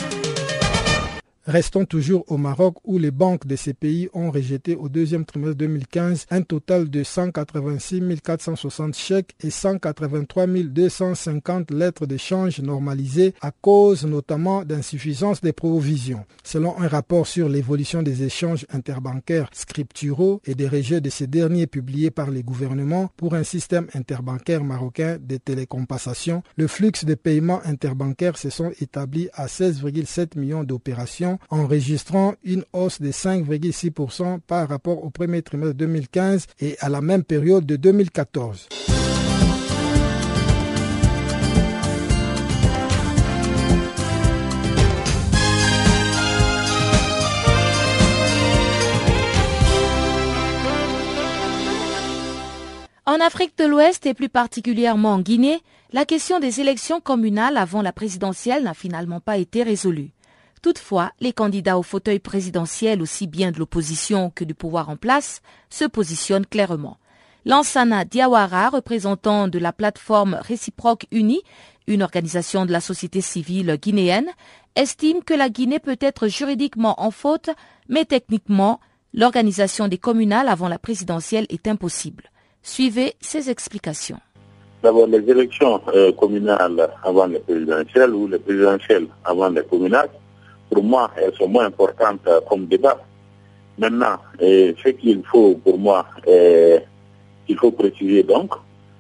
Restons toujours au Maroc où les banques de ces pays ont rejeté au deuxième trimestre 2015 un total de 186 460 chèques et 183 250 lettres de change normalisées à cause notamment d'insuffisance des provisions. Selon un rapport sur l'évolution des échanges interbancaires scripturaux et des rejets de ces derniers publiés par les gouvernements pour un système interbancaire marocain de télécompensation, le flux de paiements interbancaires se sont établis à 16,7 millions d'opérations, enregistrant une hausse de 5,6% par rapport au premier trimestre 2015 et à la même période de 2014. En Afrique de l'Ouest et plus particulièrement en Guinée, la question des élections communales avant la présidentielle n'a finalement pas été résolue. Toutefois, les candidats au fauteuil présidentiel, aussi bien de l'opposition que du pouvoir en place, se positionnent clairement. Lansana Diawara, représentant de la plateforme Réciproque Unie, une organisation de la société civile guinéenne, estime que la Guinée peut être juridiquement en faute, mais techniquement, l'organisation des communales avant la présidentielle est impossible. Suivez ses explications. D'abord, les élections communales avant les présidentielles ou les présidentielles avant les communales, pour moi, elles sont moins importantes comme débat. Maintenant, ce qu'il faut pour moi, il faut préciser donc,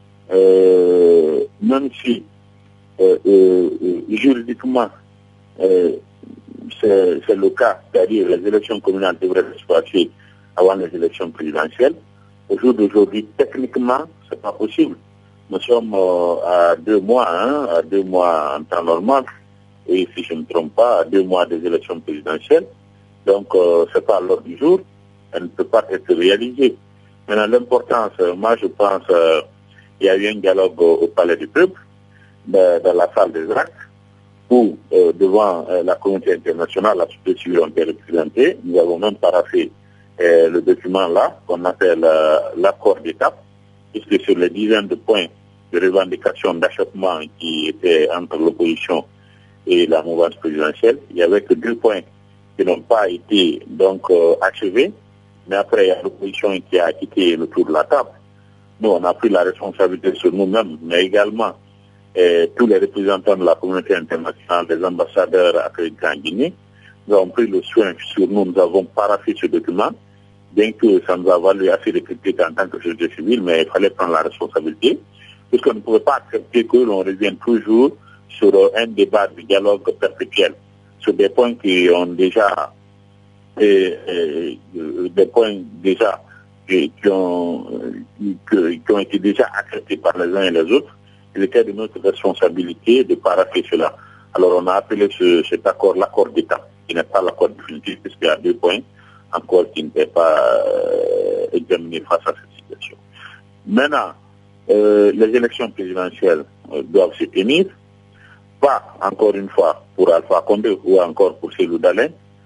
même si juridiquement c'est le cas, c'est-à-dire les élections communales devraient se passer avant les élections présidentielles, au jour d'aujourd'hui, techniquement, c'est pas possible. Nous sommes à 2 mois, à 2 mois en temps normal, et si je ne me trompe pas, à 2 mois des élections présidentielles. Donc, c'est pas à l'ordre du jour, elle ne peut pas être réalisée. Maintenant, l'importance, moi je pense, il y a eu un dialogue au Palais du Peuple, dans la salle des actes, où devant la communauté internationale, la société civile ont été représentée. Nous avons même paraphé le document là, qu'on appelle l'accord d'étape, puisque sur les dizaines de points de revendication d'achoppement qui étaient entre l'opposition et la mouvance présidentielle, il n'y avait que 2 points qui n'ont pas été donc achevés, mais après il y a l'opposition qui a quitté le tour de la table. Nous, on a pris la responsabilité sur nous-mêmes, mais également tous les représentants de la communauté internationale, des ambassadeurs accrédités en Guinée, nous avons pris le soin sur nous, nous avons paraphé ce document bien que ça nous a valu assez de critiques en tant que société civile, mais il fallait prendre la responsabilité, puisqu'on ne pouvait pas accepter que l'on revienne toujours sur un débat de dialogue perpétuel, sur des points qui ont déjà qui ont été déjà acceptés par les uns et les autres. Il était de notre responsabilité de parapher cela. Alors on a appelé cet accord l'accord d'État, qui n'est pas l'accord définitif, puisqu'il y a 2 points encore qui n'étaient pas examinés face à cette situation. Maintenant, les élections présidentielles doivent se tenir, pas encore une fois pour Alpha Condé ou encore pour Cellou Dalein,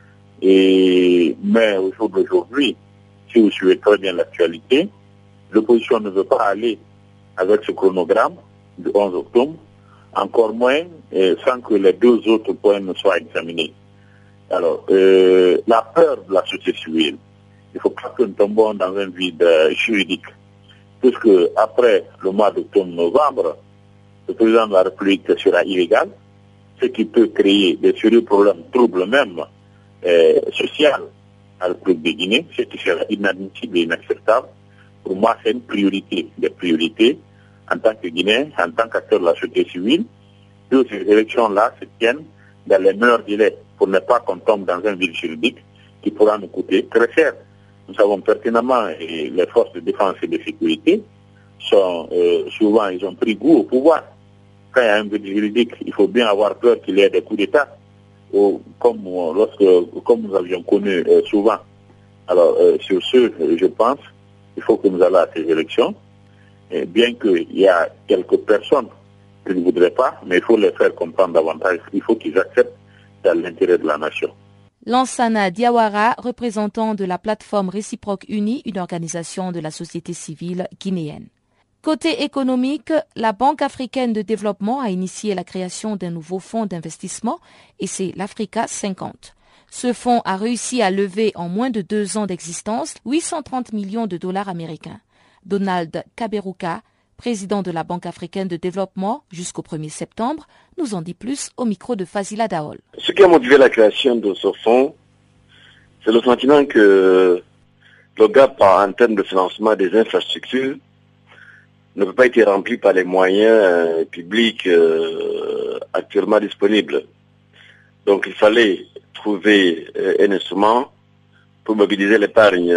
mais au jour d'aujourd'hui, si vous suivez très bien l'actualité, l'opposition ne veut pas aller avec ce chronogramme du 11 octobre, encore moins sans que les 2 autres points ne soient examinés. Alors, la peur de la société civile, il ne faut pas que nous tombons dans un vide juridique, puisque après le mois d'octobre-novembre, le président de la République sera illégal, ce qui peut créer des sérieux problèmes, troubles même sociaux à la République de Guinée, ce qui sera inadmissible et inacceptable. Pour moi, c'est une priorité des priorités en tant que Guinéen, en tant qu'acteur de la société civile, que ces élections-là se tiennent dans les meilleurs délais pour ne pas qu'on tombe dans un vide juridique qui pourra nous coûter très cher. Nous savons pertinemment et les forces de défense et de sécurité sont souvent, ils ont pris goût au pouvoir. Quand il y a un vide juridique, il faut bien avoir peur qu'il y ait des coups d'État, comme nous avions connu souvent. Alors, sur ce, je pense, il faut que nous allions à ces élections, et bien qu'il y a quelques personnes qui ne voudraient pas, mais il faut les faire comprendre davantage. Il faut qu'ils acceptent dans l'intérêt de la nation. Lansana Diawara, représentant de la plateforme Réciproque Unie, une organisation de la société civile guinéenne. Côté économique, la Banque africaine de développement a initié la création d'un nouveau fonds d'investissement et c'est l'Africa 50. Ce fonds a réussi à lever en moins de 2 ans d'existence 830 millions de dollars américains. Donald Kaberuka, président de la Banque africaine de développement jusqu'au 1er septembre, nous en dit plus au micro de Fazila Daol. Ce qui a motivé la création de ce fonds, c'est le sentiment que le gap en termes de financement des infrastructures ne peut pas être rempli par les moyens publics actuellement disponibles. Donc il fallait trouver un instrument pour mobiliser l'épargne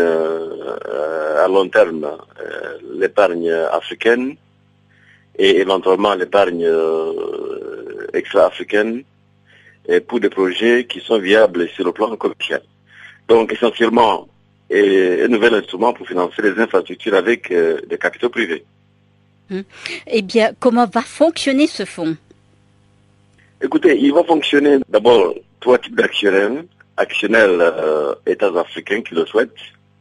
à long terme, l'épargne africaine et éventuellement l'épargne extra-africaine pour des projets qui sont viables sur le plan commercial. Donc essentiellement, un nouvel instrument pour financer les infrastructures avec des capitaux privés. Eh bien, comment va fonctionner ce fonds? Écoutez, il va fonctionner d'abord 3 types d'actionnaires. Actionnaires États africains qui le souhaitent,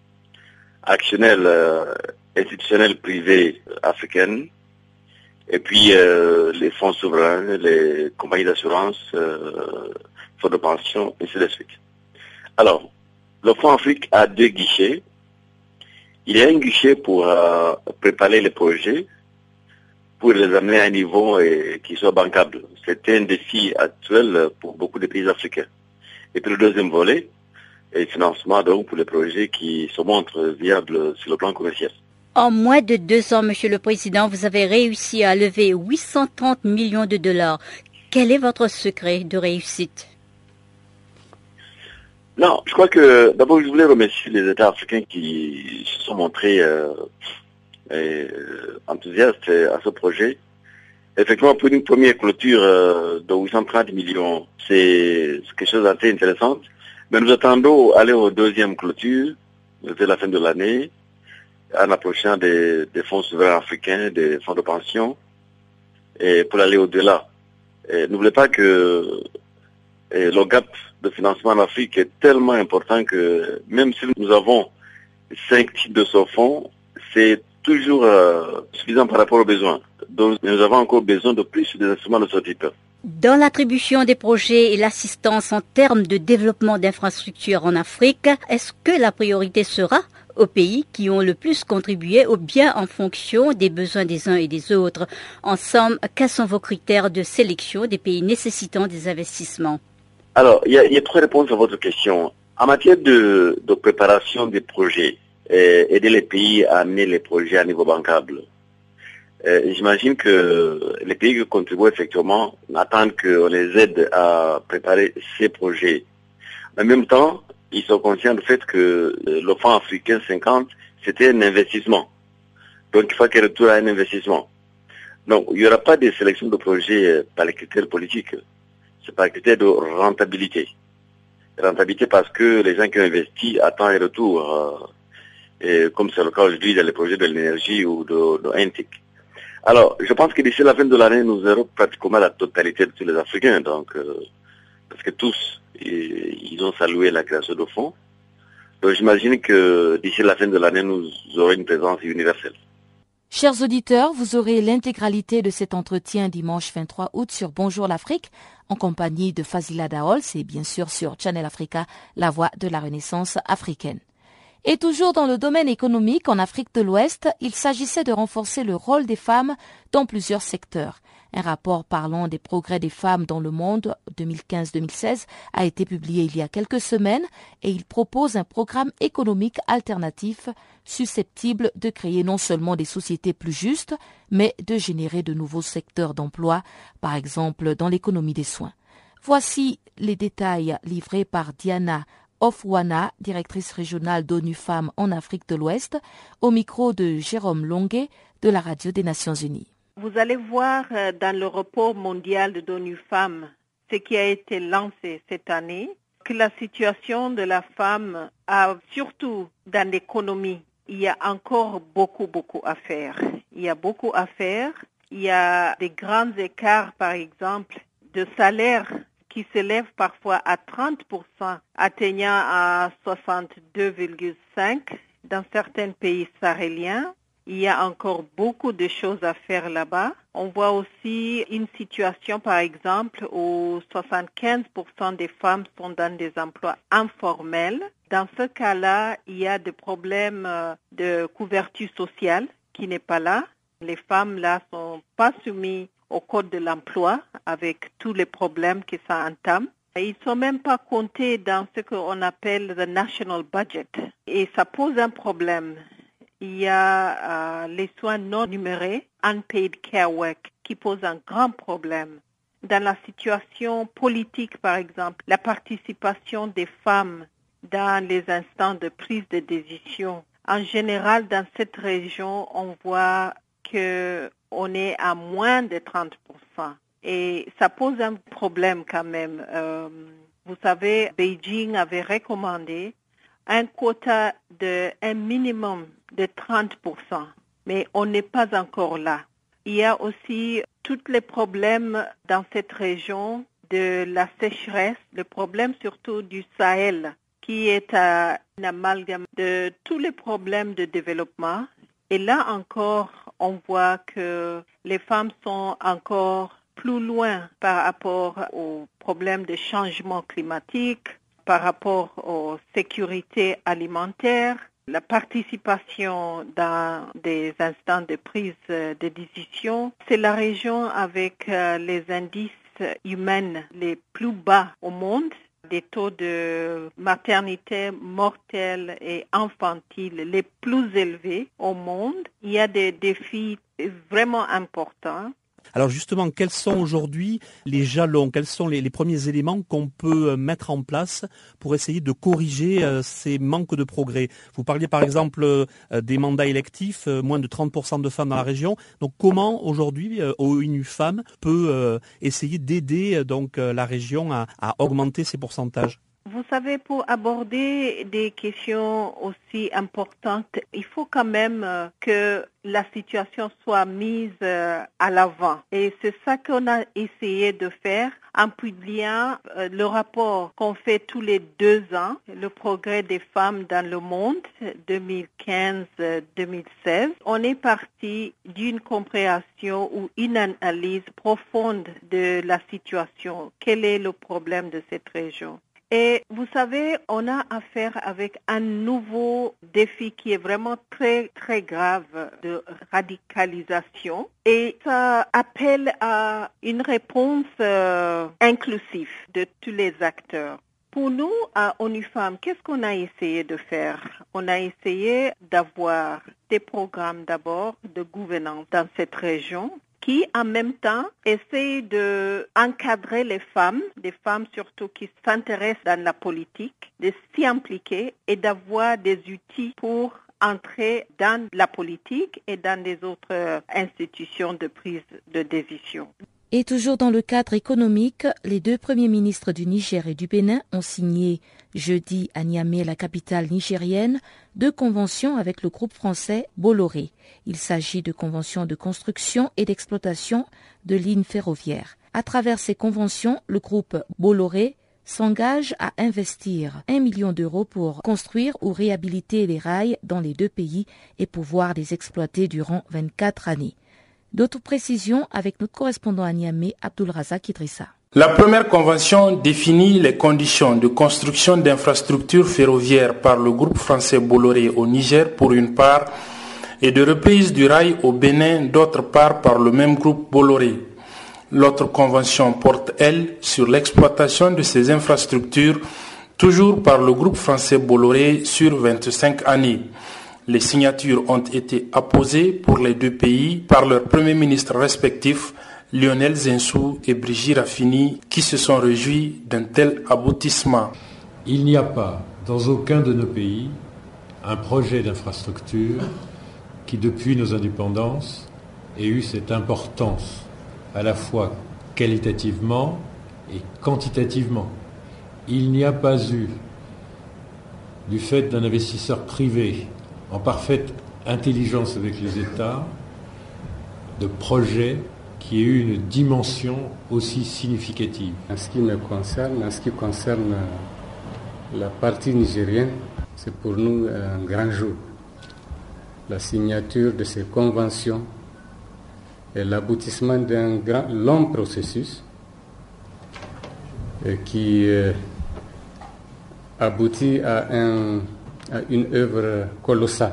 actionnaires institutionnels privés africaines, et puis les fonds souverains, les compagnies d'assurance, fonds de pension, et ainsi de suite. Alors, le Fonds Afrique a 2 guichets. Il y a un guichet pour préparer les projets, pour les amener à un niveau qui soit bancable. C'est un défi actuel pour beaucoup de pays africains. Et puis le deuxième volet est le financement donc pour les projets qui se montrent viables sur le plan commercial. En moins de 2 ans, Monsieur le Président, vous avez réussi à lever 830 millions de dollars. Quel est votre secret de réussite? Non, je crois que d'abord je voulais remercier les États africains qui se sont montrés enthousiastes à ce projet. Effectivement, pour une première clôture de 830 millions, c'est quelque chose d'assez intéressant. Mais nous attendons aller aux 2e clôture, dès la fin de l'année, en approchant des fonds souverains africains, des fonds de pension, et pour aller au-delà. N'oubliez pas que le gap de financement en Afrique est tellement important que même si nous avons 5 types de ce fonds, c'est toujours suffisant par rapport aux besoins. Donc nous avons encore besoin de plus des instruments de ce type. Dans l'attribution des projets et l'assistance en termes de développement d'infrastructures en Afrique, est-ce que la priorité sera aux pays qui ont le plus contribué ou bien en fonction des besoins des uns et des autres? En somme, quels sont vos critères de sélection des pays nécessitant des investissements? Alors, il y a 3 réponses à votre question. En matière de préparation des projets, aider les pays à amener les projets à niveau bancable, j'imagine que les pays qui contribuent effectivement attendent qu'on les aide à préparer ces projets. En même temps, ils sont conscients du fait que le Fonds africain 50, c'était un investissement. Donc il faut qu'il retourne à un investissement. Donc il n'y aura pas de sélection de projets par les critères politiques. C'est par les critères de rentabilité. Rentabilité parce que les gens qui ont investi attendent un retour, comme c'est le cas aujourd'hui dans les projets de l'énergie ou de Intic. Alors, je pense que d'ici la fin de l'année, nous aurons pratiquement la totalité de tous les Africains. Donc, parce que tous, ils ont salué la création de fonds. Donc, j'imagine que d'ici la fin de l'année, nous aurons une présence universelle. Chers auditeurs, vous aurez l'intégralité de cet entretien dimanche 23 août sur Bonjour l'Afrique, en compagnie de Fazila Daols et bien sûr sur Channel Africa, la voix de la Renaissance africaine. Et toujours dans le domaine économique, en Afrique de l'Ouest, il s'agissait de renforcer le rôle des femmes dans plusieurs secteurs. Un rapport parlant des progrès des femmes dans le monde 2015-2016 a été publié il y a quelques semaines et il propose un programme économique alternatif susceptible de créer non seulement des sociétés plus justes, mais de générer de nouveaux secteurs d'emploi, par exemple dans l'économie des soins. Voici les détails livrés par Diana Ofwana, directrice régionale d'ONU Femmes en Afrique de l'Ouest, au micro de Jérôme Longuet de la Radio des Nations Unies. Vous allez voir dans le rapport mondial d'ONU Femmes, ce qui a été lancé cette année, que la situation de la femme, surtout dans l'économie, il y a encore beaucoup à faire. Il y a beaucoup à faire. Il y a des grands écarts, par exemple, de salaire qui s'élèvent parfois à 30%, atteignant à 62,5% dans certains pays sahéliens. Il y a encore beaucoup de choses à faire là-bas. On voit aussi une situation, par exemple, où 75% des femmes sont dans des emplois informels. Dans ce cas-là, il y a des problèmes de couverture sociale qui n'est pas là. Les femmes là sont pas soumises au code de l'emploi avec tous les problèmes que ça entame. Ils ne sont même pas comptés dans ce qu'on appelle le national budget. Et ça pose un problème. Il y a les soins non numérés, unpaid care work, qui pose un grand problème. Dans la situation politique, par exemple, la participation des femmes dans les instants de prise de décision. En général, dans cette région, on voit qu'on est à moins de 30%. Et ça pose un problème quand même. Vous savez, Beijing avait recommandé un quota un minimum de 30%, mais on n'est pas encore là. Il y a aussi tous les problèmes dans cette région de la sécheresse, le problème surtout du Sahel, qui est un amalgame de tous les problèmes de développement. Et là encore, on voit que les femmes sont encore plus loin par rapport aux problèmes de changement climatique, par rapport aux sécurités alimentaires, la participation dans des instants de prise de décision. C'est la région avec les indices humains les plus bas au monde, des taux de maternité mortelle et infantile les plus élevés au monde. Il y a des défis vraiment importants. Alors justement, quels sont aujourd'hui les jalons, quels sont les premiers éléments qu'on peut mettre en place pour essayer de corriger ces manques de progrès? Vous parliez par exemple des mandats électifs, moins de 30% de femmes dans la région. Donc comment aujourd'hui ONU Femmes peut essayer d'aider donc la région à augmenter ces pourcentages? Vous savez, pour aborder des questions aussi importantes, il faut quand même que la situation soit mise à l'avant. Et c'est ça qu'on a essayé de faire en publiant le rapport qu'on fait tous les 2 ans, le progrès des femmes dans le monde 2015-2016. On est parti d'une compréhension ou une analyse profonde de la situation. Quel est le problème de cette région? Et vous savez, on a affaire avec un nouveau défi qui est vraiment très, très grave de radicalisation. Et ça appelle à une réponse inclusive de tous les acteurs. Pour nous, à ONU Femmes, qu'est-ce qu'on a essayé de faire? On a essayé d'avoir des programmes d'abord de gouvernance dans cette région qui, en même temps, essayent d'encadrer les femmes, des femmes surtout qui s'intéressent dans la politique, de s'y impliquer et d'avoir des outils pour entrer dans la politique et dans des autres institutions de prise de décision. Et toujours dans le cadre économique, les deux premiers ministres du Niger et du Bénin ont signé jeudi à Niamey, la capitale nigérienne, 2 conventions avec le groupe français Bolloré. Il s'agit de conventions de construction et d'exploitation de lignes ferroviaires. À travers ces conventions, le groupe Bolloré s'engage à investir 1 million d'euros pour construire ou réhabiliter les rails dans les 2 pays et pouvoir les exploiter durant 24 années. D'autres précisions avec notre correspondant à Niamey, Abdulrazak Idrissa. La première convention définit les conditions de construction d'infrastructures ferroviaires par le groupe français Bolloré au Niger pour une part et de reprise du rail au Bénin d'autre part par le même groupe Bolloré. L'autre convention porte, elle, sur l'exploitation de ces infrastructures, toujours par le groupe français Bolloré sur 25 années. Les signatures ont été apposées pour les 2 pays par leurs premiers ministres respectifs, Lionel Zinsou et Brigitte Raffini, qui se sont réjouis d'un tel aboutissement. Il n'y a pas, dans aucun de nos pays, un projet d'infrastructure qui, depuis nos indépendances, ait eu cette importance, à la fois qualitativement et quantitativement. Il n'y a pas eu, du fait d'un investisseur privé, en parfaite intelligence avec les États, de projets qui aient eu une dimension aussi significative. En ce qui concerne la partie nigérienne, c'est pour nous un grand jour. La signature de ces conventions et l'aboutissement d'un long processus qui aboutit à une œuvre colossale,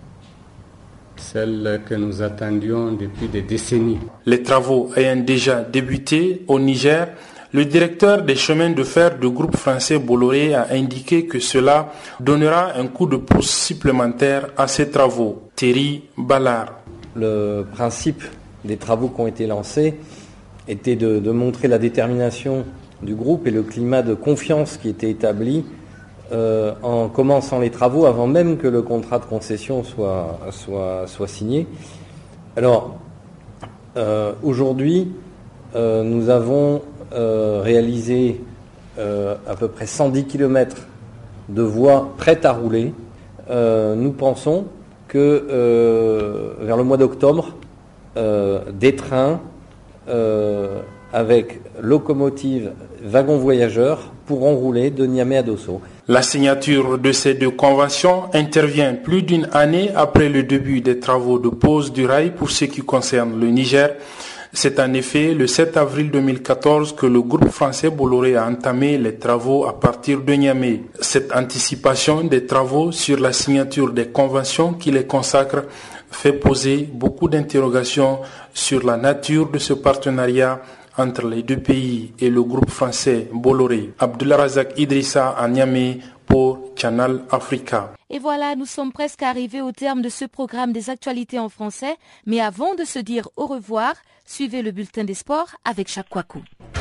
celle que nous attendions depuis des décennies. Les travaux ayant déjà débuté au Niger, le directeur des chemins de fer du groupe français Bolloré a indiqué que cela donnera un coup de pouce supplémentaire à ces travaux. Thierry Ballard. Le principe des travaux qui ont été lancés était de montrer la détermination du groupe et le climat de confiance qui était établi en commençant les travaux avant même que le contrat de concession soit signé. Alors, aujourd'hui, nous avons réalisé à peu près 110 km de voies prêtes à rouler. Nous pensons que vers le mois d'octobre, des trains avec locomotives, wagons voyageurs pourront rouler de Niamey à Dosso. La signature de ces 2 conventions intervient plus d'1 année après le début des travaux de pose du rail pour ce qui concerne le Niger. C'est en effet le 7 avril 2014 que le groupe français Bolloré a entamé les travaux à partir de Niamey. Cette anticipation des travaux sur la signature des conventions qui les consacrent fait poser beaucoup d'interrogations sur la nature de ce partenariat entre les 2 pays et le groupe français Bolloré. Abdulrazak Idrissa à Niamey pour Channel Africa. Et voilà, nous sommes presque arrivés au terme de ce programme des actualités en français. Mais avant de se dire au revoir, suivez le bulletin des sports avec Jacques Kouakou.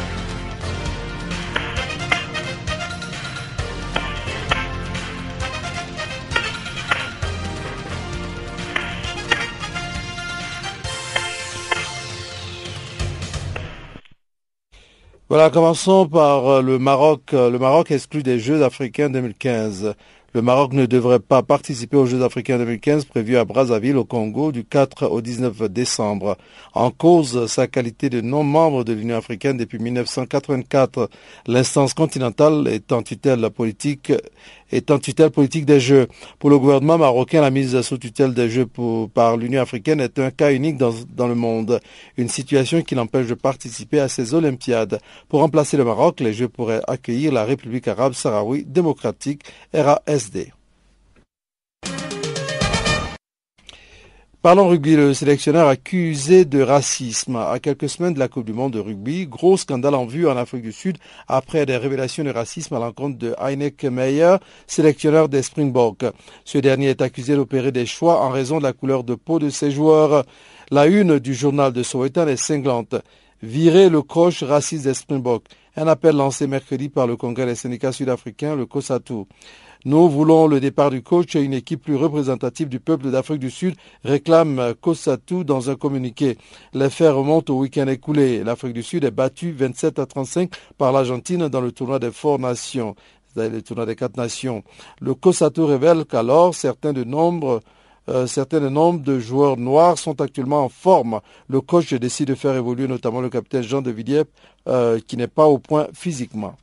Voilà, commençons par le Maroc. Le Maroc exclut des Jeux africains 2015. Le Maroc ne devrait pas participer aux Jeux africains 2015 prévus à Brazzaville au Congo du 4 au 19 décembre. En cause, sa qualité de non-membre de l'Union africaine depuis 1984. L'instance continentale est en tutelle politique des Jeux. Pour le gouvernement marocain, la mise sous tutelle des Jeux par l'Union africaine est un cas unique dans le monde. Une situation qui l'empêche de participer à ces Olympiades. Pour remplacer le Maroc, les Jeux pourraient accueillir la République arabe sahraoui démocratique, RASD. Parlons rugby, le sélectionneur accusé de racisme. À quelques semaines de la Coupe du Monde de rugby, gros scandale en vue en Afrique du Sud après des révélations de racisme à l'encontre de Heinek Meyer, sélectionneur des Springboks. Ce dernier est accusé d'opérer des choix en raison de la couleur de peau de ses joueurs. La une du journal de Sowetan est cinglante. Virer le coach raciste des Springboks. Un appel lancé mercredi par le Congrès des syndicats sud-africains, le COSATU. Nous voulons le départ du coach et une équipe plus représentative du peuple d'Afrique du Sud, réclame COSATU dans un communiqué. Les faits remontent au week-end écoulé. L'Afrique du Sud est battue 27-35 par l'Argentine dans le tournoi des Four Nations, le tournoi des 4 nations. Le COSATU révèle qu'alors certains de nombre de joueurs noirs sont actuellement en forme. Le coach décide de faire évoluer notamment le capitaine Jean de Villiers qui n'est pas au point physiquement.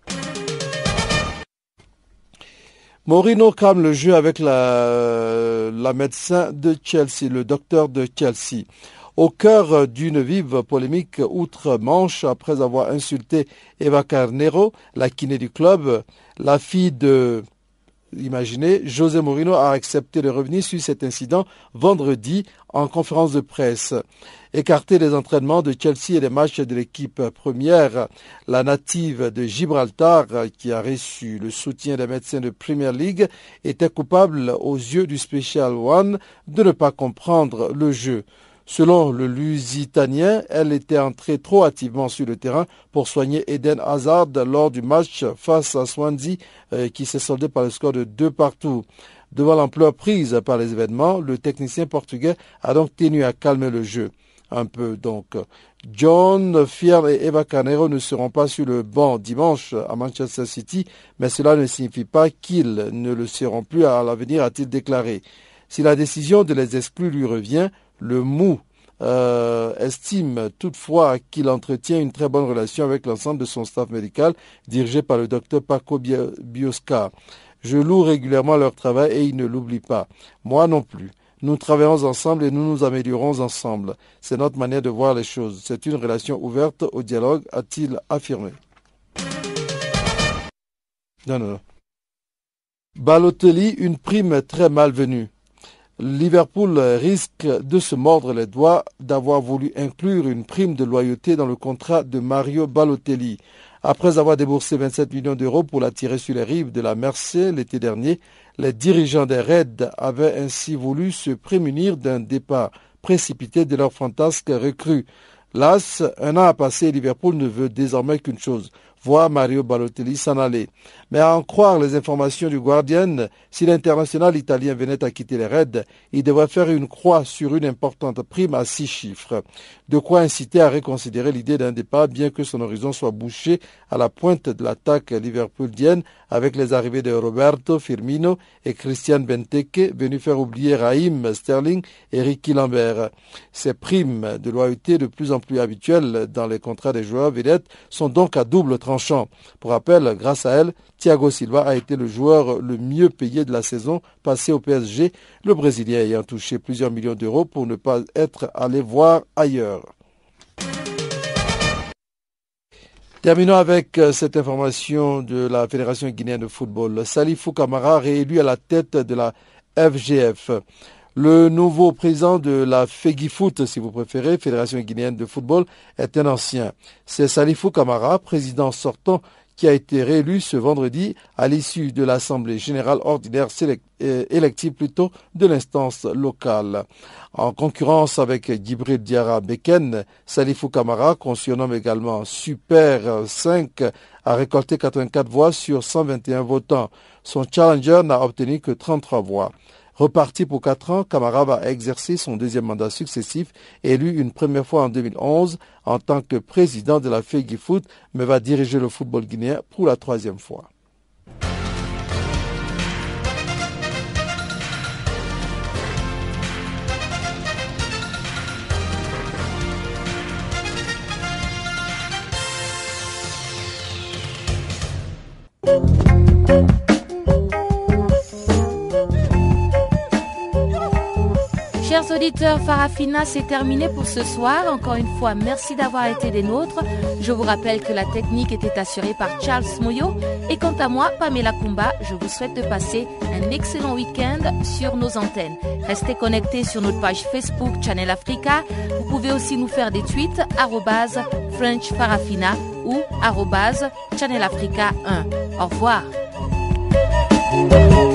Mourinho calme le jeu avec la médecin de Chelsea, le docteur de Chelsea. Au cœur d'une vive polémique outre-Manche, après avoir insulté Eva Carneiro, la kiné du club, la fille de... Imaginez, José Mourinho a accepté de revenir sur cet incident vendredi en conférence de presse. Écarté des entraînements de Chelsea et des matchs de l'équipe première, la native de Gibraltar, qui a reçu le soutien des médecins de Premier League, était coupable aux yeux du Special One de ne pas comprendre le jeu. Selon le Lusitanien, elle était entrée trop hâtivement sur le terrain pour soigner Eden Hazard lors du match face à Swansea qui s'est soldé par le score de 2-2. Devant l'ampleur prise par les événements, le technicien portugais a donc tenu à calmer le jeu un peu. Donc, John Fearn et Eva Carneiro ne seront pas sur le banc dimanche à Manchester City, mais cela ne signifie pas qu'ils ne le seront plus à l'avenir, a-t-il déclaré. Si la décision de les exclure lui revient, le MOU estime toutefois qu'il entretient une très bonne relation avec l'ensemble de son staff médical dirigé par le docteur Paco Biosca. Je loue régulièrement leur travail et ils ne l'oublient pas. Moi non plus. Nous travaillons ensemble et nous nous améliorons ensemble. C'est notre manière de voir les choses. C'est une relation ouverte au dialogue, a-t-il affirmé. Non. Balotelli, une prime très malvenue. Liverpool risque de se mordre les doigts d'avoir voulu inclure une prime de loyauté dans le contrat de Mario Balotelli. Après avoir déboursé 27 millions d'euros pour l'attirer sur les rives de la Mersey l'été dernier, les dirigeants des Reds avaient ainsi voulu se prémunir d'un départ précipité de leur fantasque recrue. Las, un an a passé et Liverpool ne veut désormais qu'une chose, voir Mario Balotelli s'en aller. Mais à en croire les informations du Guardian, si l'international italien venait à quitter les Reds, il devrait faire une croix sur une importante prime à 6 chiffres. De quoi inciter à reconsidérer l'idée d'un départ, bien que son horizon soit bouché à la pointe de l'attaque liverpoolienne avec les arrivées de Roberto Firmino et Christian Benteke, venus faire oublier Raheem Sterling et Ricky Lambert. Ces primes de loyauté de plus en plus habituelles dans les contrats des joueurs vedettes sont donc à double tranchant. Pour rappel, grâce à elles, Thiago Silva a été le joueur le mieux payé de la saison passée au PSG, le Brésilien ayant touché plusieurs millions d'euros pour ne pas être allé voir ailleurs. Terminons avec cette information de la Fédération guinéenne de football. Salifou Camara réélu à la tête de la FGF. Le nouveau président de la FEGIFOOT, si vous préférez, Fédération guinéenne de football, est un ancien. C'est Salifou Camara, président sortant, qui a été réélu ce vendredi à l'issue de l'Assemblée générale ordinaire élective de l'instance locale. En concurrence avec Djibril Diarra Beken, Salifou Camara, qu'on surnomme également Super 5, a récolté 84 voix sur 121 votants. Son challenger n'a obtenu que 33 voix. Reparti pour 4 ans, Camara va exercer son deuxième mandat successif, élu une première fois en 2011 en tant que président de la FEGIFOOT, mais va diriger le football guinéen pour la 3e fois. Chers auditeurs, Farafina, c'est terminé pour ce soir. Encore une fois, merci d'avoir été des nôtres. Je vous rappelle que la technique était assurée par Charles Moyo. Et quant à moi, Pamela Kumba, je vous souhaite de passer un excellent week-end sur nos antennes. Restez connectés sur notre page Facebook Channel Africa. Vous pouvez aussi nous faire des tweets @French Farafina ou @Channel Africa 1. Au revoir.